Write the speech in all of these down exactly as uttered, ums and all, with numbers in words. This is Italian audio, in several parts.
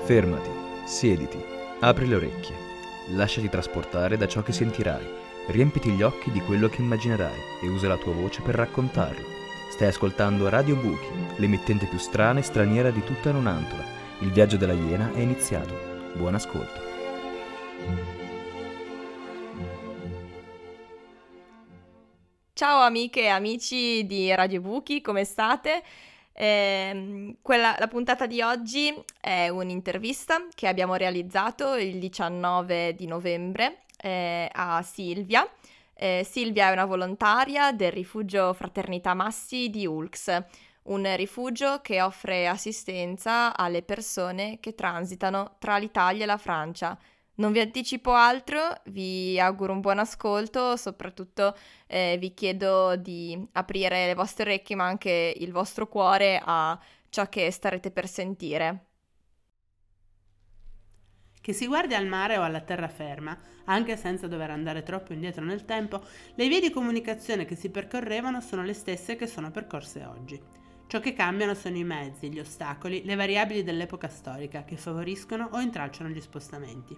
Fermati, siediti, apri le orecchie, lasciati trasportare da ciò che sentirai, riempiti gli occhi di quello che immaginerai e usa la tua voce per raccontarlo. Stai ascoltando Radio Buchi, l'emittente più strana e straniera di tutta Nonantola. Il viaggio della Iena è iniziato. Buon ascolto. Ciao amiche e amici di Radio Buchi, come state? Eh, quella, la puntata di oggi è un'intervista che abbiamo realizzato il diciannove di novembre eh, a Silvia. Eh, Silvia è una volontaria del rifugio Fraternità Massi di Ulx, un rifugio che offre assistenza alle persone che transitano tra l'Italia e la Francia. Non vi anticipo altro, vi auguro un buon ascolto, soprattutto eh, vi chiedo di aprire le vostre orecchie ma anche il vostro cuore a ciò che starete per sentire. Che si guardi al mare o alla terraferma, anche senza dover andare troppo indietro nel tempo, le vie di comunicazione che si percorrevano sono le stesse che sono percorse oggi. Ciò che cambiano sono i mezzi, gli ostacoli, le variabili dell'epoca storica che favoriscono o intralciano gli spostamenti.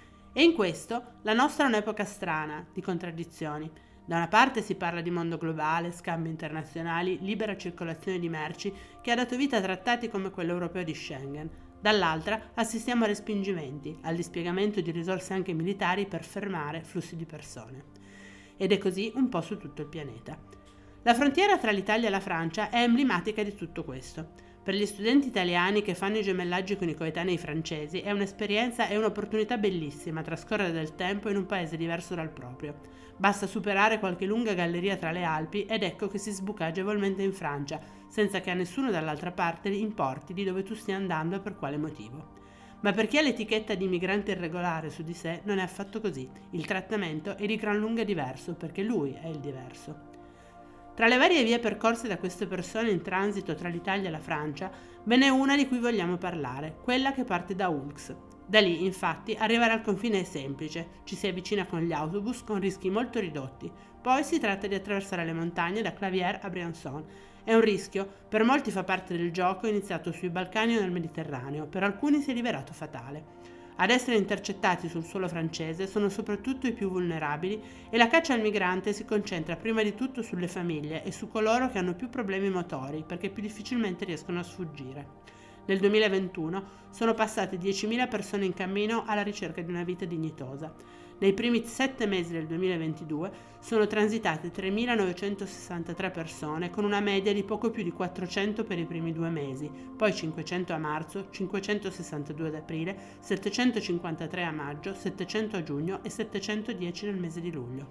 E in questo la nostra è un'epoca strana, di contraddizioni. Da una parte si parla di mondo globale, scambi internazionali, libera circolazione di merci che ha dato vita a trattati come quello europeo di Schengen. Dall'altra assistiamo a respingimenti, al dispiegamento di risorse anche militari per fermare flussi di persone. Ed è così un po' su tutto il pianeta. La frontiera tra l'Italia e la Francia è emblematica di tutto questo. Per gli studenti italiani che fanno i gemellaggi con i coetanei francesi è un'esperienza e un'opportunità bellissima trascorrere del tempo in un paese diverso dal proprio. Basta superare qualche lunga galleria tra le Alpi ed ecco che si sbuca agevolmente in Francia, senza che a nessuno dall'altra parte importi di dove tu stia andando e per quale motivo. Ma per chi ha l'etichetta di migrante irregolare su di sé non è affatto così. Il trattamento è di gran lunga diverso perché lui è il diverso. Tra le varie vie percorse da queste persone in transito tra l'Italia e la Francia, ve n'è una di cui vogliamo parlare, quella che parte da Ulx. Da lì, infatti, arrivare al confine è semplice, ci si avvicina con gli autobus con rischi molto ridotti, poi si tratta di attraversare le montagne da Clavière a Briançon. È un rischio, per molti fa parte del gioco iniziato sui Balcani o nel Mediterraneo, per alcuni si è rivelato fatale. Ad essere intercettati sul suolo francese sono soprattutto i più vulnerabili e la caccia al migrante si concentra prima di tutto sulle famiglie e su coloro che hanno più problemi motori perché più difficilmente riescono a sfuggire. Nel duemilaventuno sono passate diecimila persone in cammino alla ricerca di una vita dignitosa. Nei primi sette mesi del duemilaventidue sono transitate tremilanovecentosessantatré persone con una media di poco più di quattrocento per i primi due mesi, poi cinquecento a marzo, cinquecentosessantadue ad aprile, settecentocinquantatré a maggio, settecento a giugno e settecentodieci nel mese di luglio.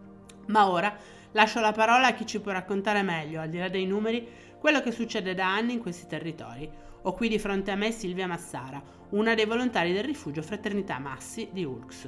Ma ora lascio la parola a chi ci può raccontare meglio, al di là dei numeri, quello che succede da anni in questi territori. Ho qui di fronte a me Silvia Massara, una dei volontari del rifugio Fraternità Massi di Ulx.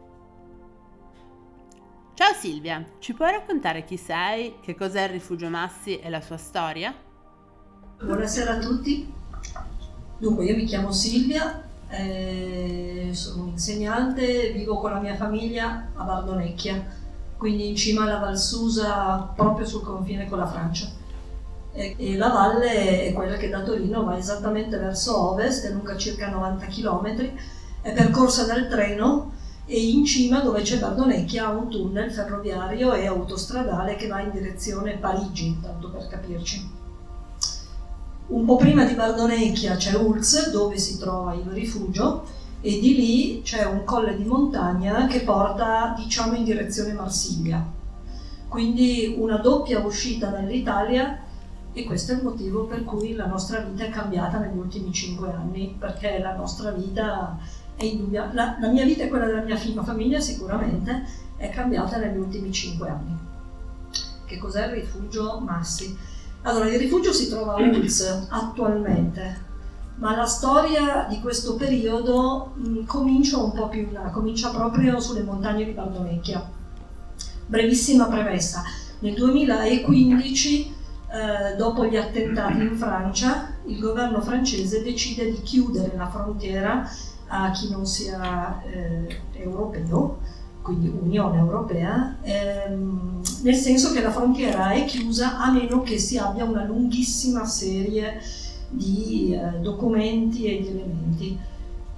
Ciao Silvia, ci puoi raccontare chi sei, che cos'è il Rifugio Massi e la sua storia? Buonasera a tutti. Dunque, io mi chiamo Silvia, eh, sono un'insegnante, vivo con la mia famiglia a Bardonecchia, quindi in cima alla Val Susa, proprio sul confine con la Francia. E, e la valle è quella che da Torino va esattamente verso ovest, è lunga circa novanta chilometri, è percorsa dal treno e in cima dove c'è Bardonecchia ha un tunnel ferroviario e autostradale che va in direzione Parigi, tanto per capirci. Un po' prima di Bardonecchia c'è Ulx, dove si trova il rifugio, e di lì c'è un colle di montagna che porta, diciamo, in direzione Marsiglia. Quindi una doppia uscita dall'Italia, e questo è il motivo per cui la nostra vita è cambiata negli ultimi cinque anni, perché la nostra vita è indubbia, la, la mia vita e quella della mia famiglia sicuramente è cambiata negli ultimi cinque anni. Che cos'è il Rifugio Massi? Allora, il rifugio si trova a Ulx attualmente, ma la storia di questo periodo mh, comincia un po' più in là, comincia proprio sulle montagne di Bardonecchia. Brevissima premessa: nel duemilaquindici, eh, dopo gli attentati in Francia, il governo francese decide di chiudere la frontiera a chi non sia eh, europeo, quindi Unione Europea, ehm, nel senso che la frontiera è chiusa a meno che si abbia una lunghissima serie di eh, documenti e di elementi.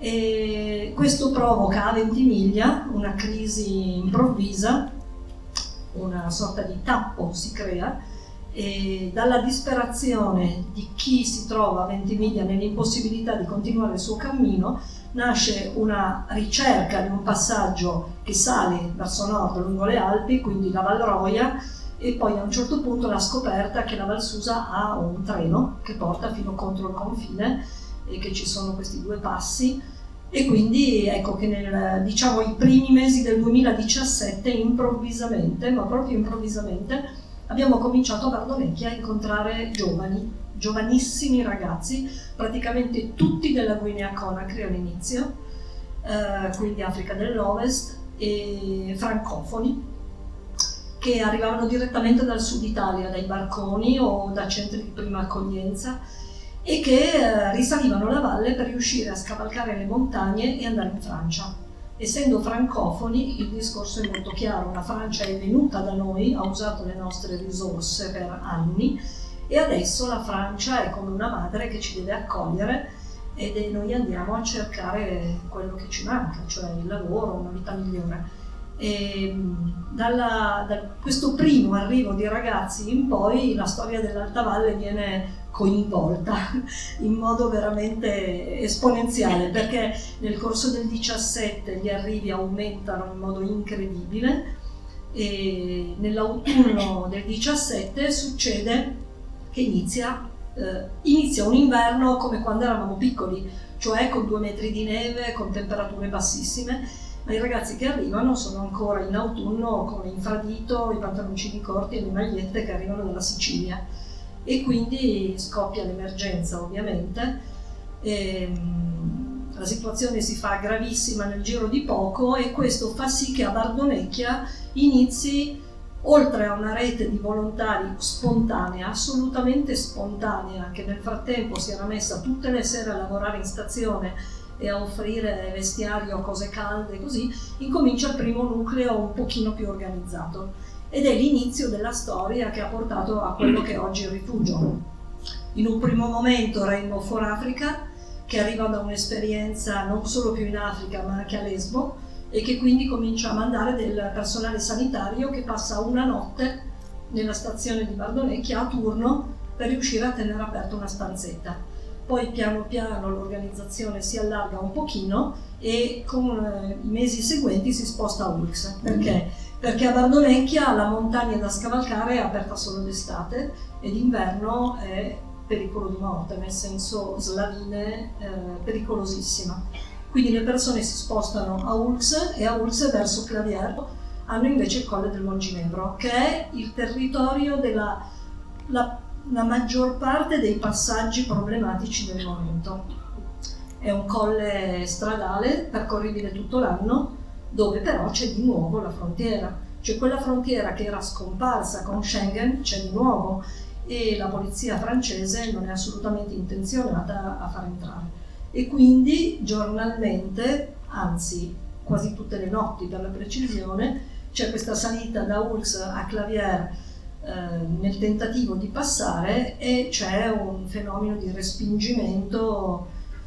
E questo provoca a Ventimiglia una crisi improvvisa, una sorta di tappo si crea, e dalla disperazione di chi si trova a Ventimiglia nell'impossibilità di continuare il suo cammino nasce una ricerca di un passaggio che sale verso nord lungo le Alpi, quindi la Val Roia, e poi a un certo punto la scoperta che la Val Susa ha un treno che porta fino contro il confine e che ci sono questi due passi. E quindi ecco che nel, diciamo, i primi mesi del duemiladiciassette improvvisamente, ma proprio improvvisamente, abbiamo cominciato a Bardonecchia a incontrare giovani, giovanissimi ragazzi, praticamente tutti della Guinea Conakry all'inizio, eh, quindi Africa dell'Ovest, e francofoni, che arrivavano direttamente dal sud Italia, dai barconi o da centri di prima accoglienza, e che eh, risalivano la valle per riuscire a scavalcare le montagne e andare in Francia. Essendo francofoni, il discorso è molto chiaro: la Francia è venuta da noi, ha usato le nostre risorse per anni, e adesso la Francia è come una madre che ci deve accogliere, ed noi andiamo a cercare quello che ci manca, cioè il lavoro, una vita migliore. E dalla, da questo primo arrivo di ragazzi in poi la storia dell'Alta Valle viene coinvolta in modo veramente esponenziale, perché nel corso del diciassette gli arrivi aumentano in modo incredibile, e nell'autunno del diciassette succede che inizia, eh, inizia un inverno come quando eravamo piccoli, cioè con due metri di neve, con temperature bassissime. Ma i ragazzi che arrivano sono ancora in autunno con l'infradito, i pantaloncini corti e le magliette che arrivano dalla Sicilia, e quindi scoppia l'emergenza ovviamente. E, mh, la situazione si fa gravissima nel giro di poco, e questo fa sì che a Bardonecchia inizi, oltre a una rete di volontari spontanea, assolutamente spontanea, che nel frattempo si era messa tutte le sere a lavorare in stazione e a offrire vestiario, cose calde, così, incomincia il primo nucleo un pochino più organizzato, ed è l'inizio della storia che ha portato a quello che è oggi il rifugio. In un primo momento Rainbow for Africa, che arriva da un'esperienza non solo più in Africa ma anche a Lesbo, e che quindi comincia a mandare del personale sanitario che passa una notte nella stazione di Bardonecchia a turno per riuscire a tenere aperta una stanzetta. Poi piano piano l'organizzazione si allarga un pochino, e con eh, i mesi seguenti si sposta a Ulx. Perché? Perché a Bardonecchia la montagna da scavalcare è aperta solo d'estate, e d'inverno è pericolo di morte, nel senso slavine, eh, pericolosissima. Quindi le persone si spostano a Ulx, e a Ulx verso Clavière hanno invece il Colle del Monginevro, che è il territorio della la, la maggior parte dei passaggi problematici del momento. È un colle stradale percorribile tutto l'anno, dove però c'è di nuovo la frontiera, cioè quella frontiera che era scomparsa con Schengen c'è di nuovo, e la polizia francese non è assolutamente intenzionata a far entrare. E quindi giornalmente, anzi quasi tutte le notti per la precisione, c'è questa salita da Ulx a Clavière eh, nel tentativo di passare, e c'è un fenomeno di respingimento,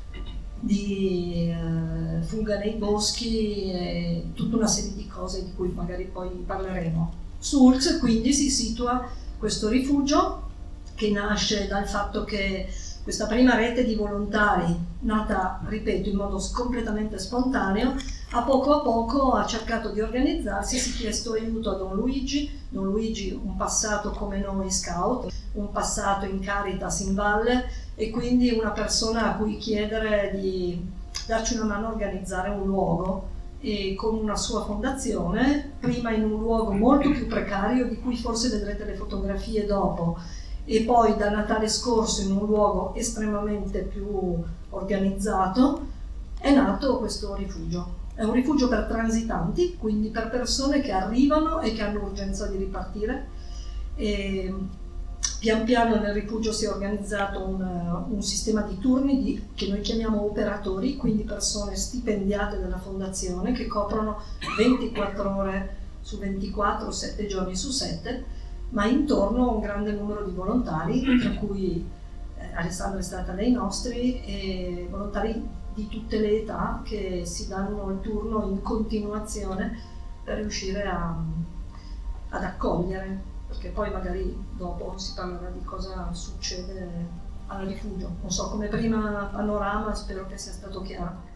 di eh, fuga nei boschi e tutta una serie di cose di cui magari poi parleremo. Su Ulx quindi si situa questo rifugio, che nasce dal fatto che questa prima rete di volontari, nata, ripeto, in modo completamente spontaneo, a poco a poco ha cercato di organizzarsi, si è chiesto aiuto a Don Luigi. Don Luigi, un passato come noi scout, un passato in Caritas in valle, e quindi una persona a cui chiedere di darci una mano a organizzare un luogo, e con una sua fondazione, prima in un luogo molto più precario, di cui forse vedrete le fotografie dopo, e poi da Natale scorso in un luogo estremamente più organizzato, è nato questo rifugio. È un rifugio per transitanti, quindi per persone che arrivano e che hanno urgenza di ripartire. E pian piano nel rifugio si è organizzato un, un sistema di turni di, che noi chiamiamo operatori, quindi persone stipendiate dalla fondazione che coprono ventiquattro ore su ventiquattro, sette giorni su sette, ma intorno un grande numero di volontari, tra cui eh, Alessandra è stata dei nostri, e volontari di tutte le età che si danno il turno in continuazione per riuscire a, ad accogliere, perché poi magari dopo si parlerà di cosa succede al rifugio. Non so, come prima panorama spero che sia stato chiaro.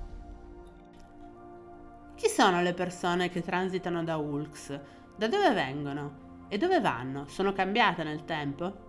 Chi sono le persone che transitano da U L C S? Da dove vengono? E dove vanno? Sono cambiate nel tempo?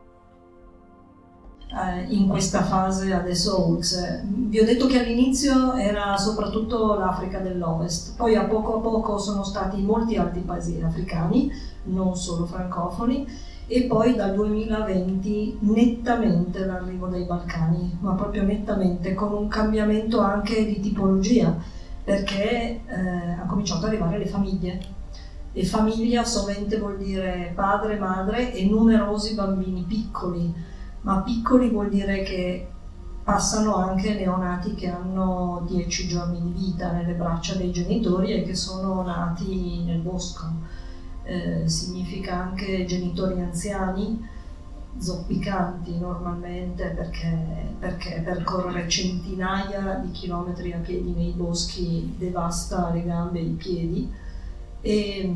Eh, in questa fase adesso U L C S, vi ho detto che all'inizio era soprattutto l'Africa dell'Ovest, poi a poco a poco sono stati molti altri paesi africani, non solo francofoni, e poi dal duemilaventi nettamente l'arrivo dai Balcani, ma proprio nettamente, con un cambiamento anche di tipologia, perché eh, ha cominciato ad arrivare le famiglie. E famiglia sovente vuol dire padre, madre e numerosi bambini piccoli, ma piccoli vuol dire che passano anche neonati che hanno dieci giorni di vita nelle braccia dei genitori e che sono nati nel bosco. Eh, significa anche genitori anziani, zoppicanti normalmente, perché, perché percorrere centinaia di chilometri a piedi nei boschi devasta le gambe e i piedi, e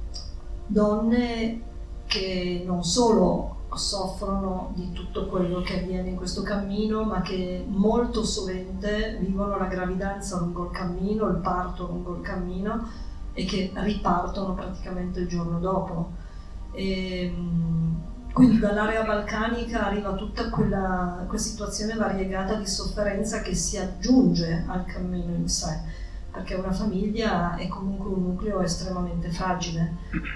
donne che non solo soffrono di tutto quello che avviene in questo cammino, ma che molto sovente vivono la gravidanza lungo il cammino, il parto lungo il cammino, e che ripartono praticamente il giorno dopo. E, quindi dall'area balcanica arriva tutta quella, quella situazione variegata di sofferenza che si aggiunge al cammino in sé, perché una famiglia è comunque un nucleo estremamente fragile.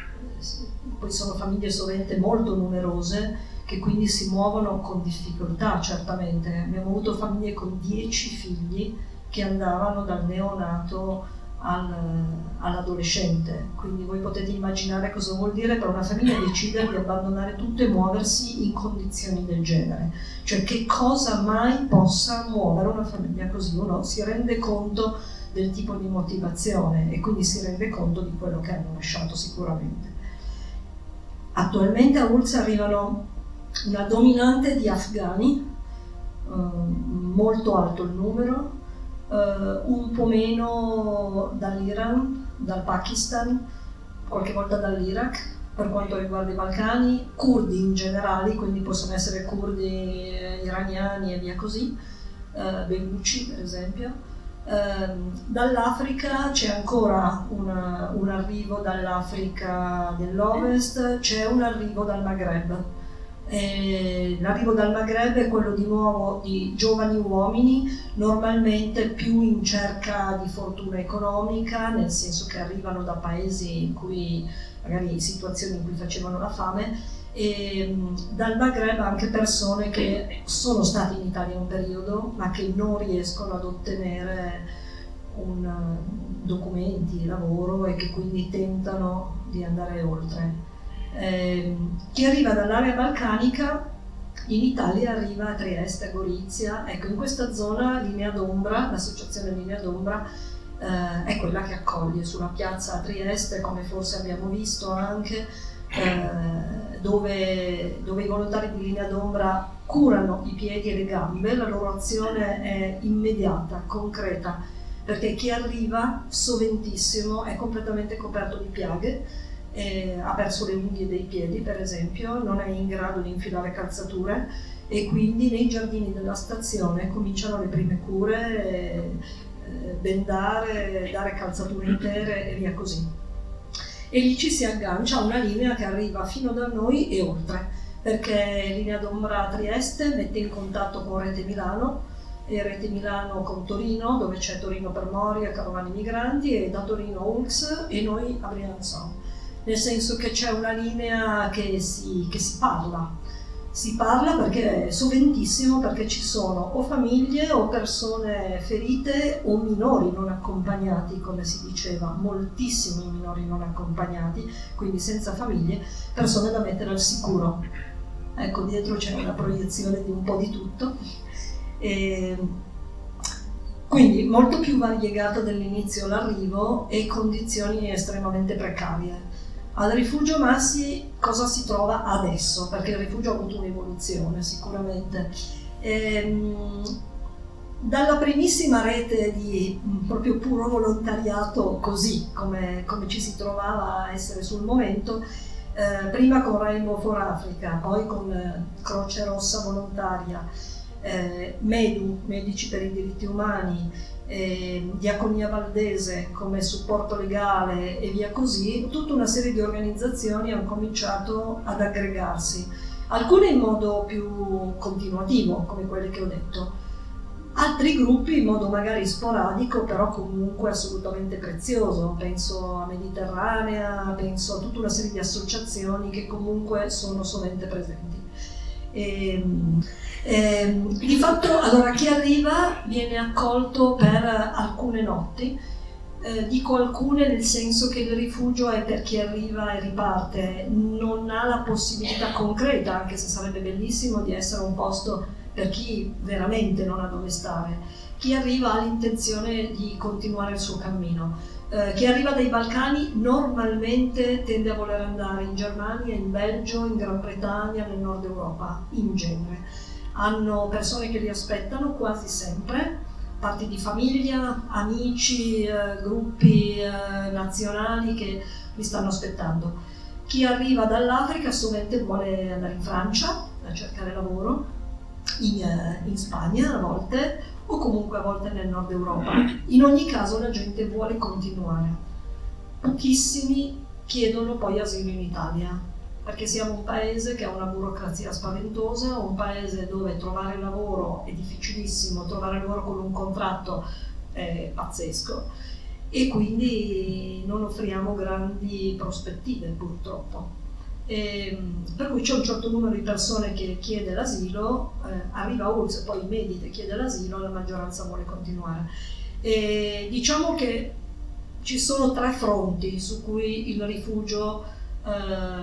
Poi sono famiglie sovente molto numerose che quindi si muovono con difficoltà, certamente. Abbiamo avuto famiglie con dieci figli che andavano dal neonato al, all'adolescente, quindi voi potete immaginare cosa vuol dire per una famiglia decidere di abbandonare tutto e muoversi in condizioni del genere, cioè che cosa mai possa muovere una famiglia così. Uno si rende conto del tipo di motivazione e quindi si rende conto di quello che hanno lasciato sicuramente. Attualmente a U L C S arrivano una dominante di afghani, eh, molto alto il numero, eh, un po' meno dall'Iran, dal Pakistan, qualche volta dall'Iraq per quanto riguarda i Balcani, curdi in generale, quindi possono essere curdi iraniani e via così, eh, Beluci per esempio. Uh, dall'Africa c'è ancora una, un arrivo dall'Africa dell'Ovest, c'è un arrivo dal Maghreb. E l'arrivo dal Maghreb è quello di nuovo di giovani uomini, normalmente più in cerca di fortuna economica, nel senso che arrivano da paesi in cui magari situazioni in cui facevano la fame, e dal Maghreb anche persone che sono state in Italia un periodo ma che non riescono ad ottenere un, documenti, lavoro e che quindi tentano di andare oltre. Eh, chi arriva dall'area balcanica in Italia arriva a Trieste, a Gorizia. Ecco, in questa zona Linea d'Ombra, l'associazione Linea d'Ombra eh, è quella che accoglie sulla piazza a Trieste, come forse abbiamo visto anche, Eh, dove, dove i volontari di Linea d'Ombra curano i piedi e le gambe. La loro azione è immediata, concreta, perché chi arriva soventissimo è completamente coperto di piaghe, eh, ha perso le unghie dei piedi per esempio, non è in grado di infilare calzature e quindi nei giardini della stazione cominciano le prime cure, eh, bendare, dare calzature intere e via così. E lì ci si aggancia a una linea che arriva fino da noi e oltre, perché Linea d'Ombra a Trieste mette in contatto con Rete Milano e Rete Milano con Torino, dove c'è Torino per Moria, Carovane Migranti, e da Torino a U L C S e noi a Briançon, nel senso che c'è una linea che si, che si parla. Si parla perché è soventissimo, perché ci sono o famiglie o persone ferite o minori non accompagnati, come si diceva, moltissimi minori non accompagnati, quindi senza famiglie, persone da mettere al sicuro. Ecco, dietro c'è una proiezione di un po' di tutto. E quindi molto più variegato dell'inizio l'arrivo e condizioni estremamente precarie. Al rifugio Massi cosa si trova adesso? Perché il rifugio ha avuto un'evoluzione sicuramente. Ehm, dalla primissima rete di proprio puro volontariato, così come, come ci si trovava a essere sul momento, eh, prima con Rainbow for Africa, poi con eh, Croce Rossa Volontaria, eh, Medu, Medici per i Diritti Umani, eh, Diaconia Valdese come supporto legale e via così, tutta una serie di organizzazioni hanno cominciato ad aggregarsi, alcune in modo più continuativo, come quelle che ho detto, altri gruppi in modo magari sporadico, però comunque assolutamente prezioso. Penso a Mediterranea, penso a tutta una serie di associazioni che comunque sono sovente presenti. E, e, di fatto, allora, chi arriva viene accolto per alcune notti. Eh, dico alcune nel senso che il rifugio è per chi arriva e riparte, non ha la possibilità concreta, anche se sarebbe bellissimo, di essere un posto per chi veramente non ha dove stare. Chi arriva ha l'intenzione di continuare il suo cammino. Eh, chi arriva dai Balcani normalmente tende a voler andare in Germania, in Belgio, in Gran Bretagna, nel nord Europa, in genere. Hanno persone che li aspettano quasi sempre, parti di famiglia, amici, eh, gruppi eh, nazionali che li stanno aspettando. Chi arriva dall'Africa sovente vuole andare in Francia a cercare lavoro, In, in Spagna a volte, o comunque a volte nel nord Europa. In ogni caso la gente vuole continuare. Pochissimi chiedono poi asilo in Italia, perché siamo un paese che ha una burocrazia spaventosa, un paese dove trovare lavoro è difficilissimo, trovare lavoro con un contratto è pazzesco, e quindi non offriamo grandi prospettive, purtroppo. E, per cui c'è un certo numero di persone che chiede l'asilo, eh, arriva U L S S, poi medita e chiede l'asilo, la maggioranza vuole continuare. E diciamo che ci sono tre fronti su cui il rifugio eh,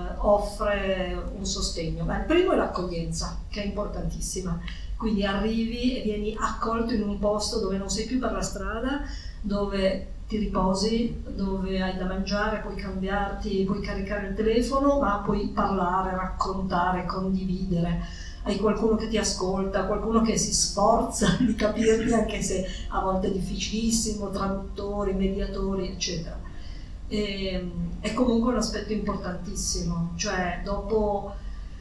offre un sostegno. Beh, il primo è l'accoglienza, che è importantissima, quindi arrivi e vieni accolto in un posto dove non sei più per la strada, dove ti riposi, dove hai da mangiare, puoi cambiarti, puoi caricare il telefono, ma puoi parlare, raccontare, condividere. Hai qualcuno che ti ascolta, qualcuno che si sforza di capirti, anche se a volte è difficilissimo, traduttori, mediatori, eccetera. E, è comunque un aspetto importantissimo, cioè dopo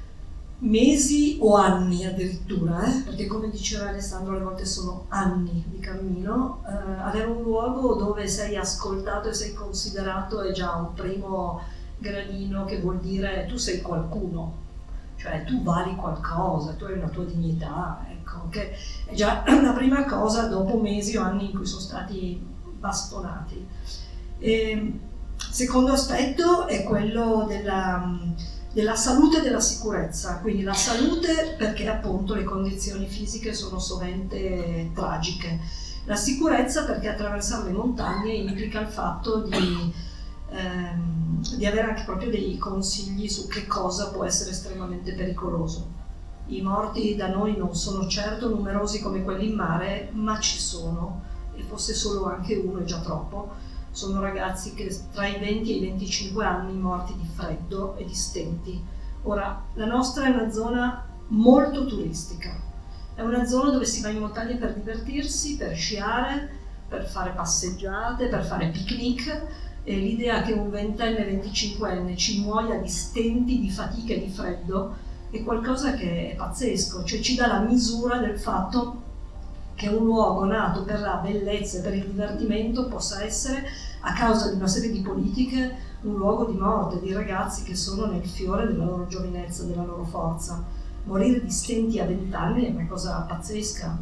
mesi o anni addirittura, eh? Perché come diceva Alessandro, alle volte sono anni di cammino, eh, avere un luogo dove sei ascoltato e sei considerato è già un primo gradino, che vuol dire tu sei qualcuno, cioè tu vali qualcosa, tu hai una tua dignità, ecco, che è già una prima cosa dopo mesi o anni in cui sono stati bastonati. E, secondo aspetto è quello della della salute e della sicurezza, quindi la salute perché appunto le condizioni fisiche sono sovente tragiche, la sicurezza perché attraversare le montagne implica il fatto di, ehm, di avere anche proprio dei consigli su che cosa può essere estremamente pericoloso. I morti da noi non sono certo numerosi come quelli in mare, ma ci sono, e fosse solo anche uno è già troppo. Sono ragazzi che tra i venti e i venticinque anni morti di freddo e di stenti. Ora, la nostra è una zona molto turistica, è una zona dove si va in montagna per divertirsi, per sciare, per fare passeggiate, per fare picnic, e l'idea che un ventenne, venticinquenne ci muoia di stenti, di fatica e di freddo è qualcosa che è pazzesco, cioè ci dà la misura del fatto che un luogo nato per la bellezza e per il divertimento possa essere, a causa di una serie di politiche, un luogo di morte di ragazzi che sono nel fiore della loro giovinezza, della loro forza. Morire di stenti a vent'anni è una cosa pazzesca.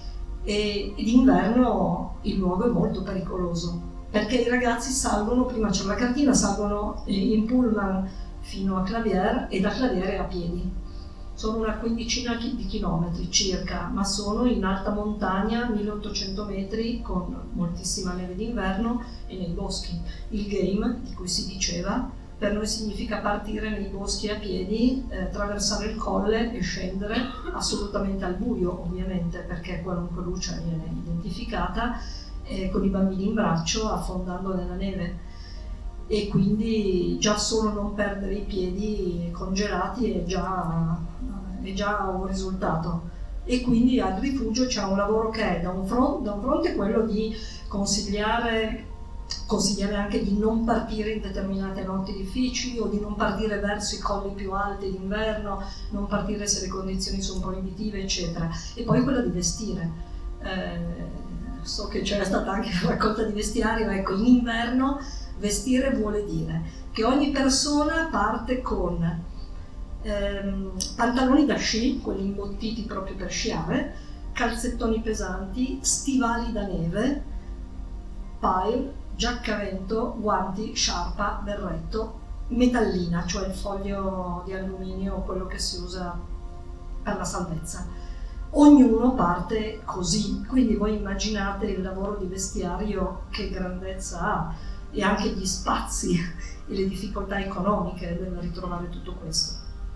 E d'inverno il luogo è molto pericoloso, perché i ragazzi salgono, prima c'è una cartina, salgono in pullman fino a Clavière e da Clavière a piedi. Sono una quindicina di chilometri circa, ma sono in alta montagna, milleottocento metri, con moltissima neve d'inverno e nei boschi. Il game, di cui si diceva, per noi significa partire nei boschi a piedi, eh, attraversare il colle e scendere assolutamente al buio, ovviamente, perché qualunque luce viene identificata, eh, con i bambini in braccio, affondando nella neve. E quindi già solo non perdere i piedi congelati è già, è già un risultato. e quindi al rifugio c'è un lavoro che è da un, front, da un fronte quello di consigliare, consigliare anche di non partire in determinate notti difficili o di non partire verso i colli più alti d'inverno, non partire se le condizioni sono proibitive, eccetera. E poi quella di vestire. Eh, so che c'era stata anche la raccolta di vestiario, ecco, in inverno vestire vuole dire che ogni persona parte con ehm, pantaloni da sci, quelli imbottiti proprio per sciare, calzettoni pesanti, stivali da neve, pile, giacca a vento, guanti, sciarpa, berretto, metallina, cioè il foglio di alluminio, quello che si usa per la salvezza. Ognuno parte così, quindi voi immaginate il lavoro di vestiario che grandezza ha e anche gli spazi e le difficoltà economiche del ritrovare tutto questo.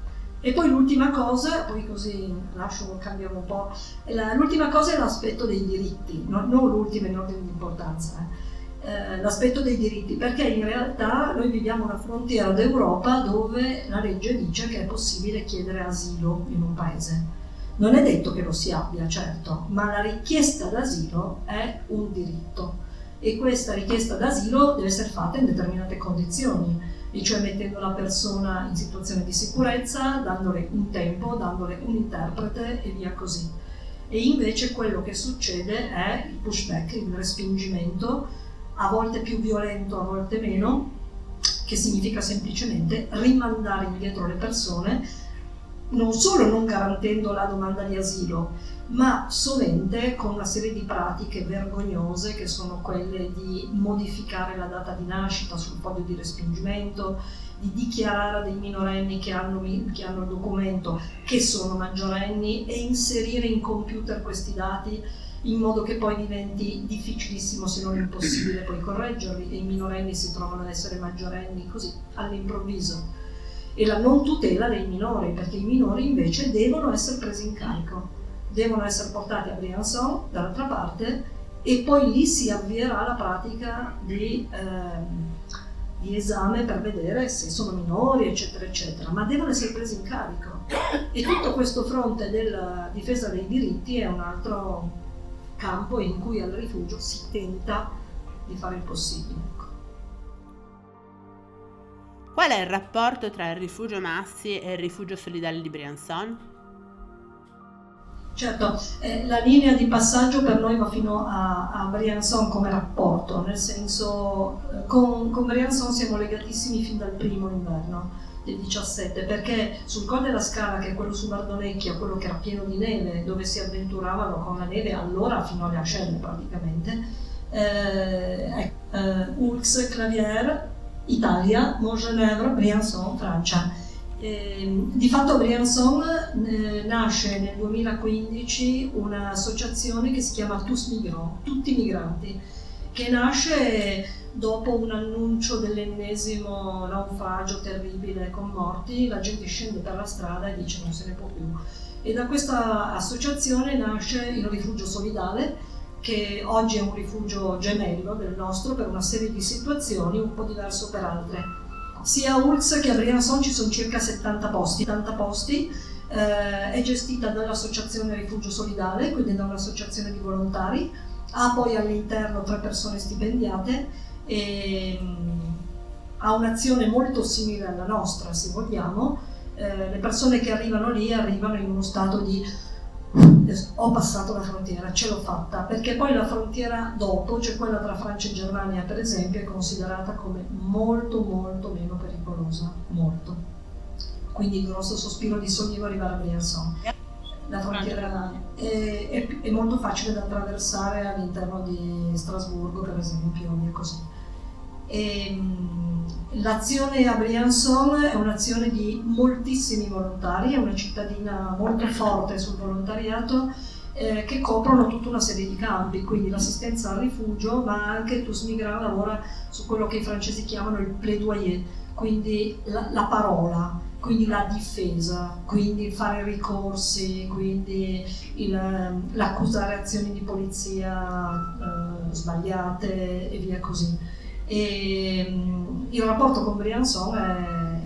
E poi l'ultima cosa, poi così lascio, cambiamo un po', la, l'ultima cosa è l'aspetto dei diritti, no, non l'ultima in ordine di importanza, eh. Eh, l'aspetto dei diritti, perché in realtà noi viviamo una frontiera d'Europa dove la legge dice che è possibile chiedere asilo in un paese. Non è detto che lo si abbia, certo, ma la richiesta d'asilo è un diritto e questa richiesta d'asilo deve essere fatta in determinate condizioni, e cioè mettendo la persona in situazione di sicurezza, dandole un tempo, dandole un interprete e via così. E invece quello che succede è il pushback, il respingimento, a volte più violento, a volte meno, che significa semplicemente rimandare indietro le persone, non solo non garantendo la domanda di asilo, ma sovente con una serie di pratiche vergognose che sono quelle di modificare la data di nascita sul foglio di respingimento, di dichiarare a dei minorenni che hanno, che hanno il documento che sono maggiorenni e inserire in computer questi dati in modo che poi diventi difficilissimo, se non impossibile, poi correggerli, e i minorenni si trovano ad essere maggiorenni così all'improvviso. E la non tutela dei minori, perché i minori invece devono essere presi in carico, devono essere portati a Briançon dall'altra parte e poi lì si avvierà la pratica di, eh, di esame per vedere se sono minori, eccetera, eccetera, ma devono essere presi in carico. E tutto questo fronte della difesa dei diritti è un altro campo in cui al rifugio si tenta di fare il possibile. Qual è il rapporto tra il Rifugio Massi e il Rifugio Solidale di Briançon? Certo, eh, la linea di passaggio per noi va fino a, a Briançon come rapporto, nel senso eh, con, con Briançon siamo legatissimi fin dal primo inverno del diciassette, perché sul Col della Scala, che è quello su Bardonecchia, quello che era pieno di neve, dove si avventuravano con la neve allora fino alle ascelle praticamente, eh, eh, Oulx, Clavière, Italia, Montgenèvre, Briançon, Francia. Eh, di fatto a Briançon eh, nasce nel duemilaquindici un'associazione che si chiama Tous Migrants, tutti migranti, che nasce dopo un annuncio dell'ennesimo naufragio terribile con morti. La gente scende per la strada e dice non se ne può più, e da questa associazione nasce il Rifugio Solidale, che oggi è un rifugio gemello del nostro per una serie di situazioni, un po' diverso per altre. Sia a Oulx che a Briançon ci sono circa settanta posti, settanta posti eh, è gestita dall'associazione Rifugio Solidale, quindi da un'associazione di volontari, ha poi all'interno tre persone stipendiate e mh, ha un'azione molto simile alla nostra, se vogliamo. Eh, le persone che arrivano lì arrivano in uno stato di ho passato la frontiera, ce l'ho fatta, perché poi la frontiera dopo, cioè quella tra Francia e Germania per esempio, è considerata come molto molto meno pericolosa, molto. Quindi il grosso sospiro di sollievo arrivare a Briançon. La frontiera è, è, è molto facile da attraversare all'interno di Strasburgo per esempio, e così. E, l'azione a Briançon è un'azione di moltissimi volontari, è una cittadina molto forte sul volontariato eh, che coprono tutta una serie di campi, quindi l'assistenza al rifugio, ma anche Tous Migrants lavora su quello che i francesi chiamano il plaidoyer, quindi la, la parola, quindi la difesa, quindi fare ricorsi, quindi il, l'accusare azioni di polizia eh, sbagliate e via così. E, um, il rapporto con Briançon è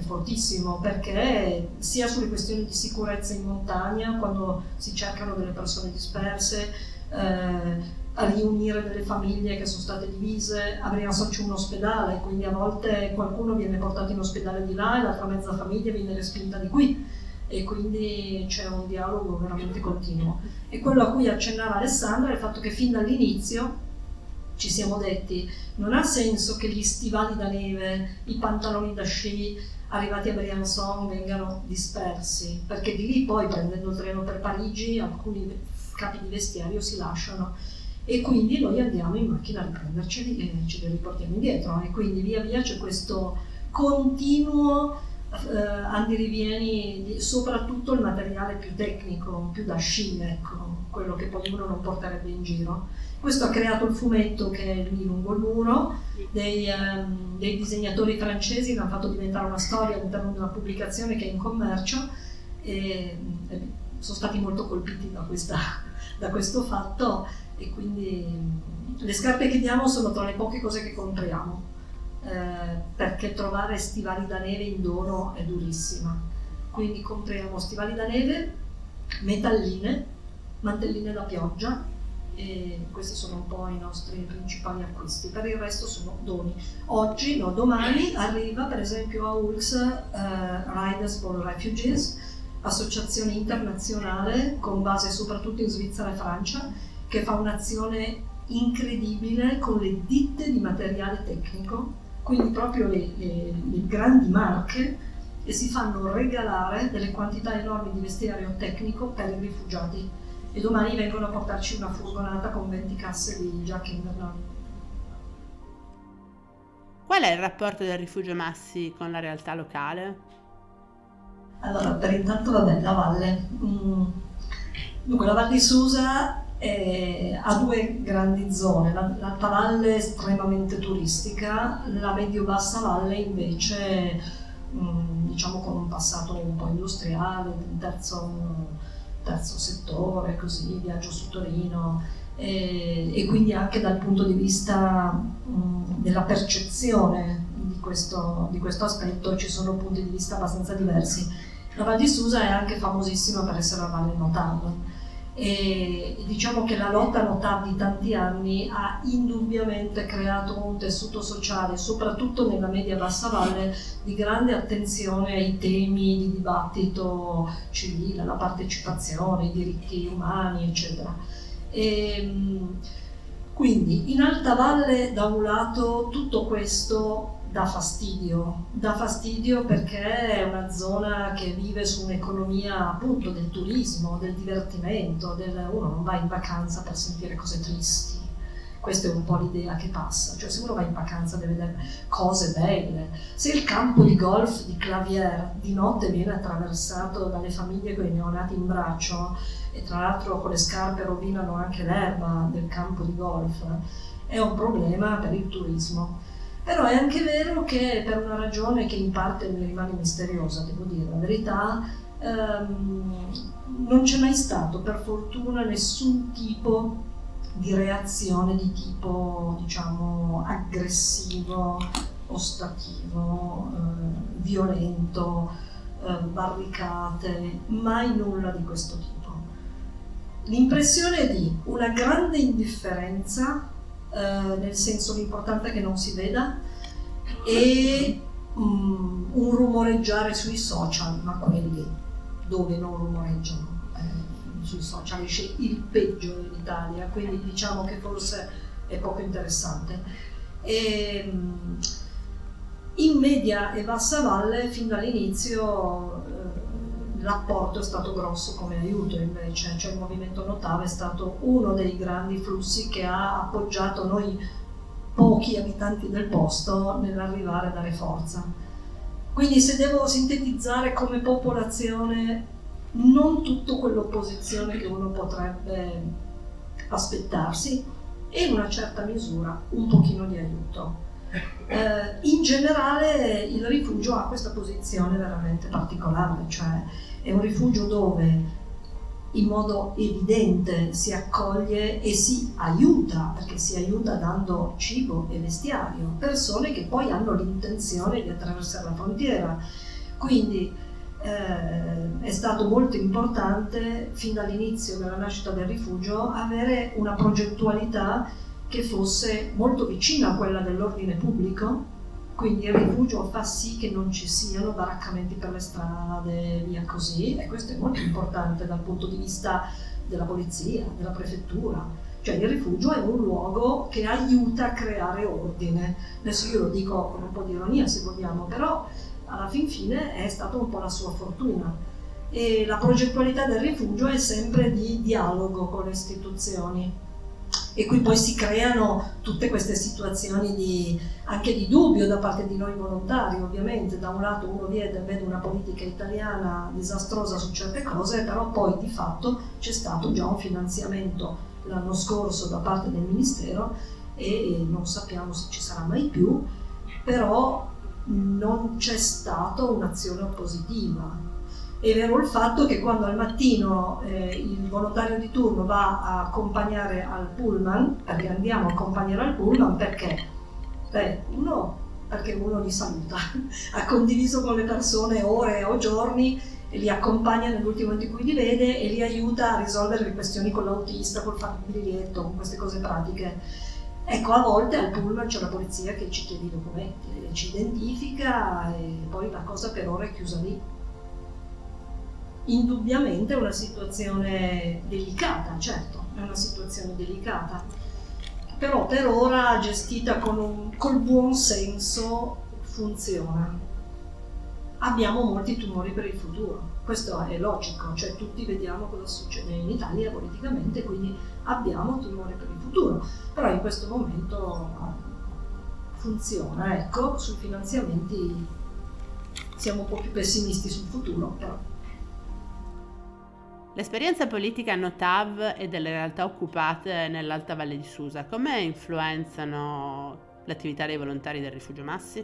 fortissimo, perché sia sulle questioni di sicurezza in montagna, quando si cercano delle persone disperse, eh, a riunire delle famiglie che sono state divise. A Briançon c'è un ospedale, quindi a volte qualcuno viene portato in ospedale di là e l'altra mezza famiglia viene respinta di qui, e quindi c'è un dialogo veramente continuo. E quello a cui accennava Alessandra è il fatto che fin dall'inizio ci siamo detti: non ha senso che gli stivali da neve, i pantaloni da sci arrivati a Briançon vengano dispersi, perché di lì poi, prendendo il treno per Parigi, alcuni capi di vestiario si lasciano, e quindi noi andiamo in macchina a riprenderceli e ce li riportiamo indietro, e quindi via via c'è questo continuo eh, andirivieni di, soprattutto il materiale più tecnico, più da sci, ecco, quello che poi uno non porterebbe in giro. Questo ha creato il fumetto che è lì lungo il muro, dei, um, dei disegnatori francesi che hanno fatto diventare una storia all'interno di una pubblicazione che è in commercio, e, e sono stati molto colpiti da, questa, da questo fatto, e quindi le scarpe che diamo sono tra le poche cose che compriamo, eh, perché trovare stivali da neve in dono è durissima. Quindi compriamo stivali da neve, metalline, mantelline da pioggia, e questi sono un po' i nostri principali acquisti. Per il resto sono doni. Oggi, no, domani arriva per esempio a U L S eh, Riders for Refugees, associazione internazionale con base soprattutto in Svizzera e Francia, che fa un'azione incredibile con le ditte di materiale tecnico, quindi proprio le, le, le grandi marche, e si fanno regalare delle quantità enormi di vestiario tecnico per i rifugiati, e domani vengono a portarci una furgonata con venti casse di giacche invernali. Qual è il rapporto del Rifugio Massi con la realtà locale? Allora, per intanto vabbè, la valle. Mm. Dunque, la Val di Susa è, ha due grandi zone: la, l'alta valle estremamente turistica, la medio-bassa valle invece, mm, diciamo, con un passato un po' industriale, terzo, terzo settore, così, viaggio su Torino, e, e quindi anche dal punto di vista mm, della percezione di questo, di questo aspetto ci sono punti di vista abbastanza diversi. La Val di Susa è anche famosissima per essere la Valle Notav, e diciamo che la lotta Notav di tanti anni ha indubbiamente creato un tessuto sociale, soprattutto nella media-bassa valle, di grande attenzione ai temi di dibattito civile, la partecipazione, i diritti umani, eccetera. E, quindi in alta valle da un lato tutto questo dà fastidio, dà fastidio perché è una zona che vive su un'economia appunto del turismo, del divertimento, del, uno non va in vacanza per sentire cose tristi. Questa è un po' l'idea che passa, cioè se uno va in vacanza deve vedere cose belle. Se il campo di golf di Clavière di notte viene attraversato dalle famiglie con i neonati in braccio, e tra l'altro con le scarpe rovinano anche l'erba del campo di golf, è un problema per il turismo. Però è anche vero che, per una ragione che in parte mi rimane misteriosa, devo dire la verità, ehm, non c'è mai stato, per fortuna, nessun tipo di reazione di tipo, diciamo, aggressivo, ostativo, eh, violento, eh, barricate, mai nulla di questo tipo. L'impressione è di una grande indifferenza, Uh, nel senso, l'importante è che non si veda, e um, un rumoreggiare sui social, ma quelli dove non rumoreggiano, eh, sui social esce il peggio dell'Italia, quindi diciamo che forse è poco interessante. E, um, in media e bassa valle fin dall'inizio uh, l'apporto è stato grosso come aiuto, invece, cioè il movimento Notav è stato uno dei grandi flussi che ha appoggiato noi pochi abitanti del posto nell'arrivare a dare forza. Quindi, se devo sintetizzare come popolazione, non tutto quell'opposizione che uno potrebbe aspettarsi, e in una certa misura un pochino di aiuto. Eh, in generale il rifugio ha questa posizione veramente particolare, cioè è un rifugio dove in modo evidente si accoglie e si aiuta, perché si aiuta dando cibo e vestiario, persone che poi hanno l'intenzione di attraversare la frontiera. Quindi eh, è stato molto importante fin dall'inizio della nascita del rifugio avere una progettualità che fosse molto vicina a quella dell'ordine pubblico. Quindi il rifugio fa sì che non ci siano baraccamenti per le strade, via così, e questo è molto importante dal punto di vista della polizia, della prefettura. Cioè il rifugio è un luogo che aiuta a creare ordine. Adesso io lo dico con un po' di ironia se vogliamo, però alla fin fine è stata un po' la sua fortuna. E la progettualità del rifugio è sempre di dialogo con le istituzioni. E qui poi si creano tutte queste situazioni di, anche di dubbio da parte di noi volontari, ovviamente. Da un lato uno vede, vede una politica italiana disastrosa su certe cose, però poi di fatto c'è stato già un finanziamento l'anno scorso da parte del Ministero e non sappiamo se ci sarà mai più, però non c'è stata un'azione oppositiva. È vero il fatto che quando al mattino eh, il volontario di turno va a accompagnare al pullman, perché andiamo a accompagnare al pullman, perché? Beh, uno, perché uno li saluta, ha condiviso con le persone ore o giorni, e li accompagna nell'ultimo momento in cui li vede e li aiuta a risolvere le questioni con l'autista, col fare il biglietto, con queste cose pratiche. Ecco, a volte al pullman c'è la polizia che ci chiede i documenti, ci identifica e poi la cosa per ora è chiusa lì. Indubbiamente è una situazione delicata, certo, è una situazione delicata, però per ora gestita con un, col buon senso funziona. Abbiamo molti tumori per il futuro, questo è logico, cioè tutti vediamo cosa succede in Italia politicamente, quindi abbiamo tumori per il futuro, però in questo momento funziona, ecco, sui finanziamenti siamo un po' più pessimisti sul futuro, però. L'esperienza politica a Notav e delle realtà occupate nell'Alta Valle di Susa, come influenzano l'attività dei volontari del Rifugio Massi?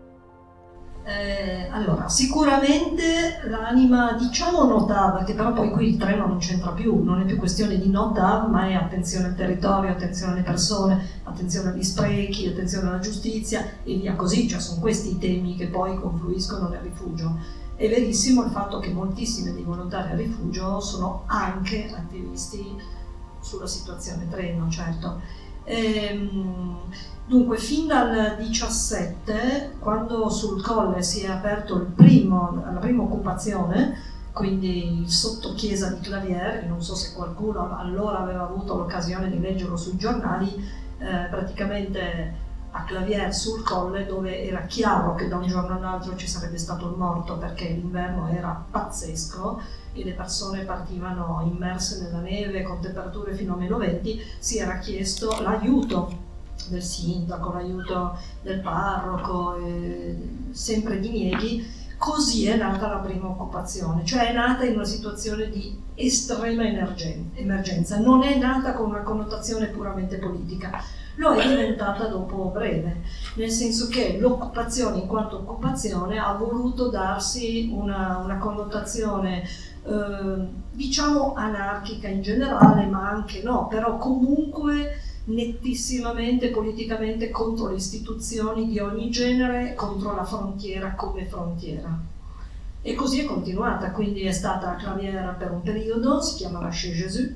Eh, allora, sicuramente l'anima, diciamo Notav, che però poi qui il treno non c'entra più, non è più questione di Notav, ma è attenzione al territorio, attenzione alle persone, attenzione agli sprechi, attenzione alla giustizia e via così, cioè sono questi i temi che poi confluiscono nel rifugio. È verissimo il fatto che moltissimi dei volontari al rifugio sono anche attivisti sulla situazione treno, certo. Ehm, dunque, fin dal diciassette, quando sul Colle si è aperto il primo, la prima occupazione, quindi il sottochiesa di Claviere, non so se qualcuno allora aveva avuto l'occasione di leggerlo sui giornali, eh, praticamente a Claviere sul Colle, dove era chiaro che da un giorno all'altro ci sarebbe stato il morto perché l'inverno era pazzesco e le persone partivano immerse nella neve con temperature fino a meno venti, si era chiesto l'aiuto del sindaco, l'aiuto del parroco, eh, sempre dinieghi. Così è nata la prima occupazione, cioè è nata in una situazione di estrema emergenza, non è nata con una connotazione puramente politica. Lo è diventata dopo breve, nel senso che l'occupazione in quanto occupazione ha voluto darsi una, una connotazione eh, diciamo anarchica in generale, ma anche no, però comunque nettissimamente politicamente contro le istituzioni di ogni genere, contro la frontiera come frontiera. E così è continuata, quindi è stata a Claviere per un periodo, si chiamava Chez Jésus.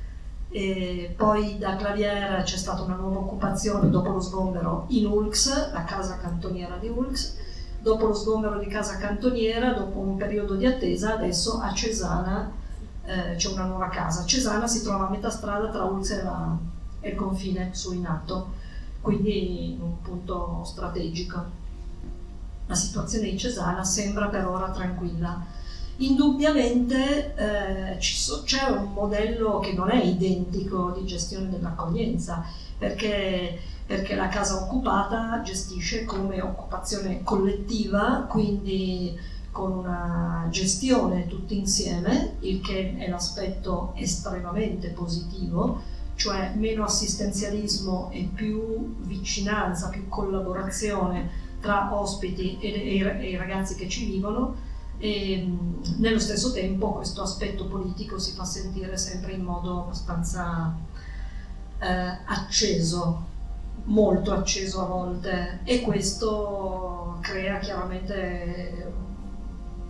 E poi da Claviere c'è stata una nuova occupazione dopo lo sgombero in Ulx, la casa cantoniera di Ulx. Dopo lo sgombero di casa cantoniera, dopo un periodo di attesa, adesso a Cesana eh, c'è una nuova casa. Cesana si trova a metà strada tra Ulx e, la, e il confine su in alto, quindi in un punto strategico. La situazione di Cesana sembra per ora tranquilla. Indubbiamente eh, c'è un modello che non è identico di gestione dell'accoglienza, perché, perché la casa occupata gestisce come occupazione collettiva, quindi con una gestione tutti insieme, il che è l'aspetto estremamente positivo, cioè meno assistenzialismo e più vicinanza, più collaborazione tra ospiti e, e, e i ragazzi che ci vivono. E nello stesso tempo questo aspetto politico si fa sentire sempre in modo abbastanza eh, acceso, molto acceso a volte, e questo crea chiaramente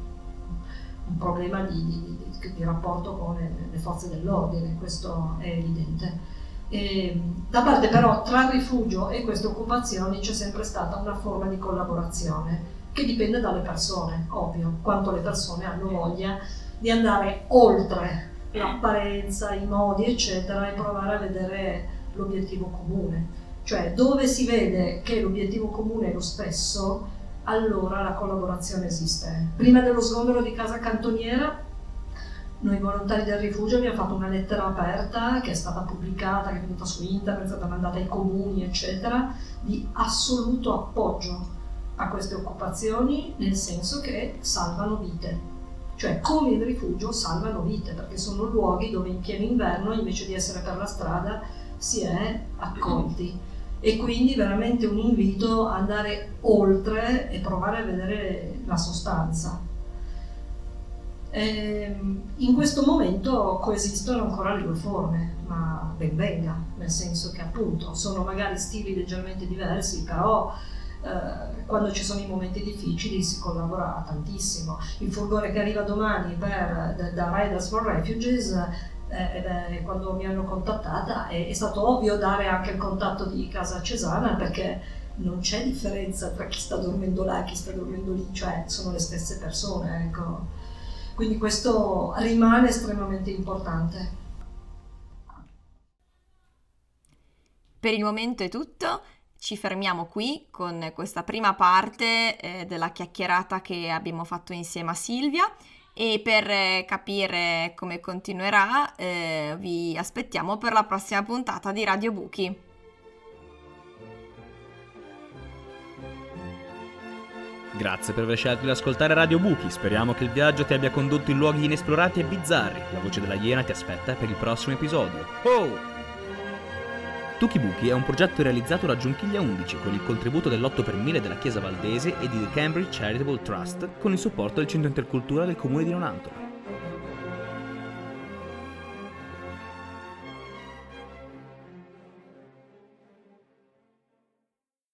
un problema di, di, di, di rapporto con le, le forze dell'ordine, questo è evidente. E, da parte però tra il rifugio e queste occupazioni c'è sempre stata una forma di collaborazione che dipende dalle persone, ovvio, quanto le persone hanno voglia di andare oltre l'apparenza, i modi eccetera e provare a vedere l'obiettivo comune. Cioè dove si vede che l'obiettivo comune è lo stesso, allora la collaborazione esiste. Prima dello sgombero di casa cantoniera, noi volontari del rifugio abbiamo fatto una lettera aperta che è stata pubblicata, che è venuta su internet, è stata mandata ai comuni, eccetera, di assoluto appoggio a queste occupazioni, nel senso che salvano vite. Cioè, come il rifugio, salvano vite, perché sono luoghi dove in pieno inverno, invece di essere per la strada, si è accolti. E quindi veramente un invito ad andare oltre e provare a vedere la sostanza. E in questo momento coesistono ancora le due forme, ma ben venga, nel senso che appunto sono magari stili leggermente diversi, però eh, quando ci sono i momenti difficili si collabora tantissimo. Il furgone che arriva domani per, da, da Riders for Refugees, eh, beh, quando mi hanno contattata è, è stato ovvio dare anche il contatto di Casa Cesana, perché non c'è differenza tra chi sta dormendo là e chi sta dormendo lì, cioè sono le stesse persone, ecco. Quindi questo rimane estremamente importante. Per il momento è tutto, ci fermiamo qui con questa prima parte eh, della chiacchierata che abbiamo fatto insieme a Silvia, e per eh, capire come continuerà eh, vi aspettiamo per la prossima puntata di Radio Buchi. Grazie per aver scelto di ascoltare Radio Buchi, speriamo che il viaggio ti abbia condotto in luoghi inesplorati e bizzarri. La voce della Iena ti aspetta per il prossimo episodio. Oh! Tuki Buchi è un progetto realizzato da Giunchiglia undici con il contributo dell'otto per mille della Chiesa Valdese e di The Cambridge Charitable Trust con il supporto del Centro Intercultura del Comune di Nonantola.